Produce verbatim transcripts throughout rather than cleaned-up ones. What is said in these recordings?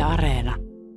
Areena.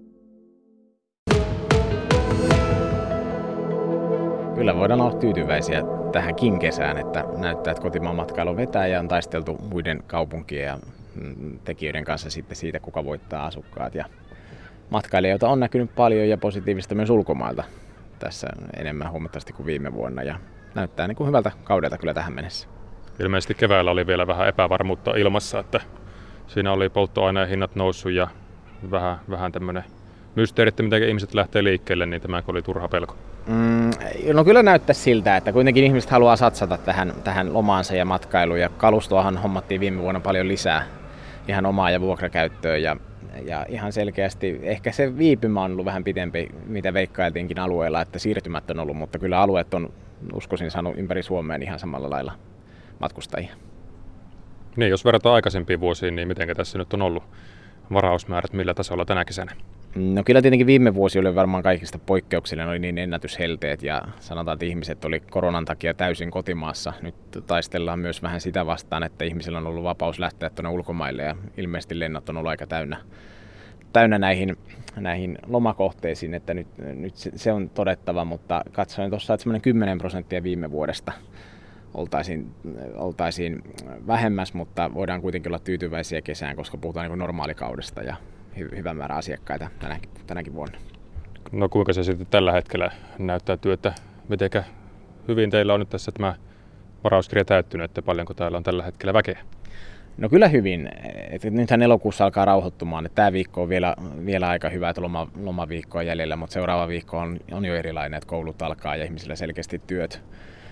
Kyllä voidaan olla tyytyväisiä tähänkin kesään, että näyttää, että kotimaan matkailu vetää ja on taisteltu muiden kaupunkien ja tekijöiden kanssa sitten siitä, kuka voittaa asukkaat. Ja matkailijoita on näkynyt paljon ja positiivista myös ulkomailta tässä enemmän huomattavasti kuin viime vuonna ja näyttää niin kuin hyvältä kaudelta kyllä tähän mennessä. Ilmeisesti keväällä oli vielä vähän epävarmuutta ilmassa, että siinä oli polttoaineen hinnat noussut ja vähän, vähän tämmöinen mysteeri, että miten ihmiset lähtee liikkeelle, niin tämä oli turha pelko. Mm, no kyllä näyttää siltä, että kuitenkin ihmiset haluaa satsata tähän, tähän lomaansa ja matkailuun ja kalustoahan hommattiin viime vuonna paljon lisää ihan omaa ja vuokrakäyttöön ja, ja ihan selkeästi ehkä se viipymä on ollut vähän pitempi, mitä veikkailtiinkin alueella, että siirtymät on ollut, mutta kyllä alueet on uskoisin saanut ympäri Suomeen ihan samalla lailla matkustajia. Niin, jos verrataan aikaisempiin vuosiin, niin miten tässä nyt on ollut varausmäärät, millä tasolla tänä kesänä? No kyllä tietenkin viime vuosi oli varmaan kaikista poikkeuksellinen, oli niin ennätyshelteet ja sanotaan, että ihmiset oli koronan takia täysin kotimaassa. Nyt taistellaan myös vähän sitä vastaan, että ihmisillä on ollut vapaus lähteä tuonne ulkomaille ja ilmeisesti lennot on ollut aika täynnä, täynnä näihin, näihin lomakohteisiin, että nyt, nyt se on todettava, mutta katsoin tuossa, että semmoinen kymmenen prosenttia viime vuodesta oltaisiin, oltaisiin vähemmäs, mutta voidaan kuitenkin olla tyytyväisiä kesään, koska puhutaan niin kuin normaalikaudesta ja hy- hyvä määrä asiakkaita tänäkin, tänäkin vuonna. No kuinka se sitten tällä hetkellä näyttäytyy, että mitenkä hyvin teillä on nyt tässä tämä varauskirja täyttynyt, että paljonko täällä on tällä hetkellä väkeä? No kyllä hyvin. Et nythän elokuussa alkaa rauhoittumaan. Et tämä viikko on vielä, vielä aika hyvä, että loma, lomaviikko on jäljellä, mutta seuraava viikko on, on jo erilainen, että koulut alkaa ja ihmisillä selkeästi työt.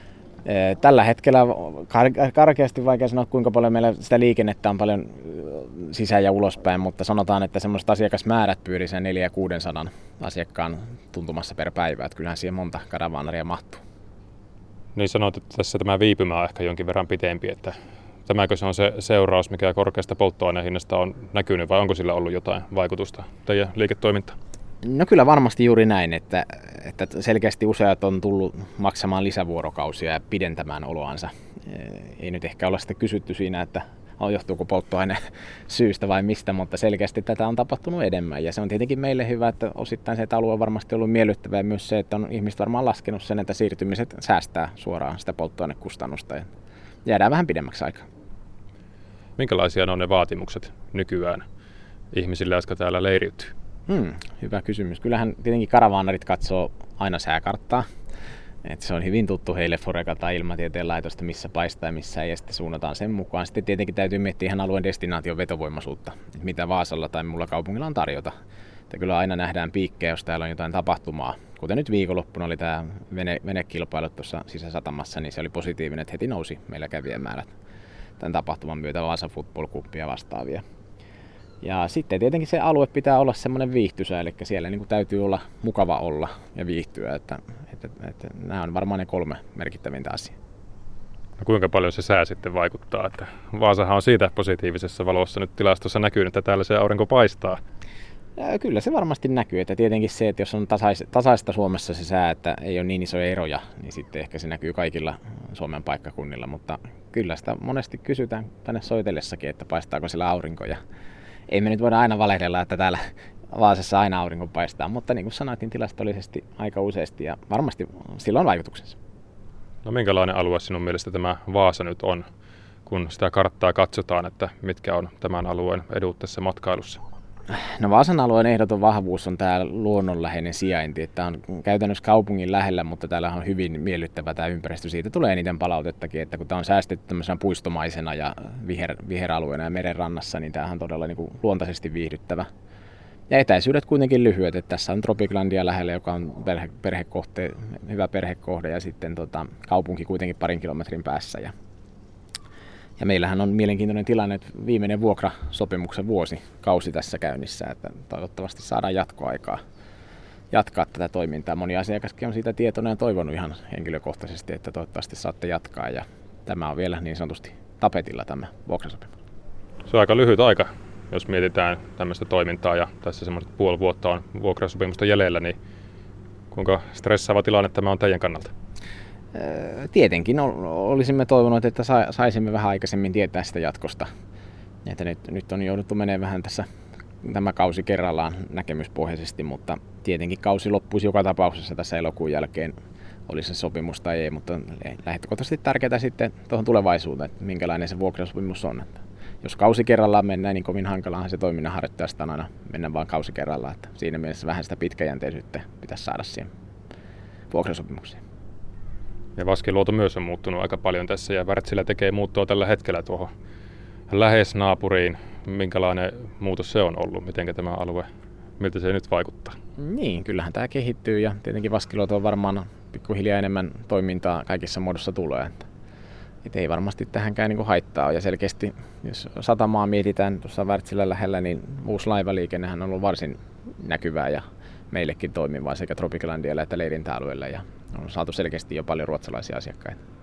Tällä hetkellä kar- karkeasti vaikea sanoa, kuinka paljon meillä sitä liikennettä on paljon sisään ja ulospäin, mutta sanotaan, että semmoiset asiakasmäärät pyörii sen neljäsataa kuusisataa asiakkaan tuntumassa per päivä. Että kyllähän siihen monta karavaanaria mahtuu. Niin sanoit, että tässä tämä viipymä on ehkä jonkin verran pitempi, että tämäkö se on se seuraus, mikä korkeasta polttoaineen hinnasta on näkynyt, vai onko sillä ollut jotain vaikutusta teidän liiketoimintaan? No kyllä varmasti juuri näin, että, että selkeästi useat on tullut maksamaan lisävuorokausia ja pidentämään oloansa. Ei nyt ehkä olla sitä kysytty siinä, että johtuuko polttoaine syystä vai mistä, mutta selkeästi tätä on tapahtunut enemmän. Ja se on tietenkin meille hyvä, että osittain se alue on varmasti ollut miellyttävää myös se, että on ihmiset varmaan laskenut sen, että siirtymiset säästää suoraan sitä polttoainekustannusta ja jäädään vähän pidemmäksi aikaa. Minkälaisia on ne vaatimukset nykyään ihmisille, jotka täällä leiriytyy? Hmm, hyvä kysymys. Kyllähän tietenkin karavaanarit katsoo aina sääkarttaa. Et se on hyvin tuttu heille Foreca tai Ilmatieteen laitosta, missä paistaa ja missä ei, ja sitten suunnataan sen mukaan. Sitten tietenkin täytyy miettiä ihan alueen destinaation vetovoimaisuutta, että mitä Vaasalla tai muulla kaupungilla on tarjota. Että kyllä aina nähdään piikkejä, jos täällä on jotain tapahtumaa. Kuten nyt viikonloppuna oli tämä vene, venekilpailu tuossa sisäsatamassa, niin se oli positiivinen, että heti nousi meillä kävijämäärät tämän tapahtuman myötä Vaasa Football Cupia vastaavia. Ja sitten tietenkin se alue pitää olla semmoinen viihtyisä, eli siellä niin kuin täytyy olla mukava olla ja viihtyä, että, että, että nämä on varmaan ne kolme merkittävintä asiaa. No kuinka paljon se sää sitten vaikuttaa? Että Vaasahan on siitä positiivisessa valossa nyt tilastossa näkynyt, että täällä se aurinko paistaa. Ja kyllä se varmasti näkyy, että tietenkin se, että jos on tasais, tasaista Suomessa se sää, että ei ole niin isoja eroja, niin sitten ehkä se näkyy kaikilla Suomen paikkakunnilla, mutta kyllä sitä monesti kysytään tänne soitellessakin, että paistaako siellä aurinko. Ja ei me nyt voida aina valehdella, että täällä Vaasassa aina aurinko paistaa, mutta niin kuin sanoit, niin tilastollisesti aika useasti ja varmasti sillä on vaikutuksensa. No minkälainen alue sinun mielestä tämä Vaasa nyt on, kun sitä karttaa katsotaan, että mitkä on tämän alueen edut tässä matkailussa? No Vaasan alueen ehdoton vahvuus on tämä luonnonläheinen sijainti, että on käytännössä kaupungin lähellä, mutta täällä on hyvin miellyttävä tämä ympäristö. Siitä tulee eniten palautettakin, että kun tämä on säästetty tämmöisenä puistomaisena ja viher, viheralueena ja meren rannassa, niin tämähän on todella niin kuin luontaisesti viihdyttävä. Ja etäisyydet kuitenkin lyhyet, että tässä on Tropiclandia lähellä, joka on perhe, perhekohte, hyvä perhekohde ja sitten tota, kaupunki kuitenkin parin kilometrin päässä. Ja Ja meillähän on mielenkiintoinen tilanne, että viimeinen vuokrasopimuksen vuosi kausi tässä käynnissä, että toivottavasti saadaan jatkoaikaa jatkaa tätä toimintaa. Moni asiakaskin on siitä tietoinen ja toivonut ihan henkilökohtaisesti, että toivottavasti saatte jatkaa ja tämä on vielä niin sanotusti tapetilla tämä vuokrasopimus. Se on aika lyhyt aika, jos mietitään tämmöistä toimintaa ja tässä semmoiset puoli vuotta on vuokrasopimusta jäljellä, niin kuinka stressaava tilanne tämä on teidän kannalta? Tietenkin olisimme toivoneet, että saisimme vähän aikaisemmin tietää sitä jatkosta. Että nyt, nyt on jouduttu menemään vähän tässä tämä kausi kerrallaan näkemyspohjaisesti, mutta tietenkin kausi loppuisi joka tapauksessa tässä elokuun jälkeen, olisi se sopimus tai ei, mutta lähtökohtaisesti tärkeää sitten tuohon tulevaisuuteen, että minkälainen se vuokrasopimus on. Että jos kausi kerrallaan mennään, niin kovin hankalahan se toiminnan harjoittajasta on aina mennä vaan kausi kerrallaan. Että siinä mielessä vähän sitä pitkäjänteisyyttä pitäisi saada siihen vuokrasopimukseen. Ja Vaskiluoto myös on muuttunut aika paljon tässä ja Wärtsilä tekee muuttoa tällä hetkellä tuohon lähes naapuriin. Minkälainen muutos se on ollut? Miten tämä alue, miltä se nyt vaikuttaa? Niin, kyllähän tämä kehittyy ja tietenkin Vaskiluoto on varmaan pikkuhiljaa enemmän toimintaa kaikissa muodossa tulee. Että, että ei varmasti tähänkään niin haittaa. Ja selkeästi, jos satamaa mietitään tuossa Wärtsilän lähellä, niin uusi laivaliikennehän on ollut varsin näkyvää ja meillekin toimivaa sekä Tropicalandialla että leirintäalueella. Ja on saatu selkeästi jo paljon ruotsalaisia asiakkaita.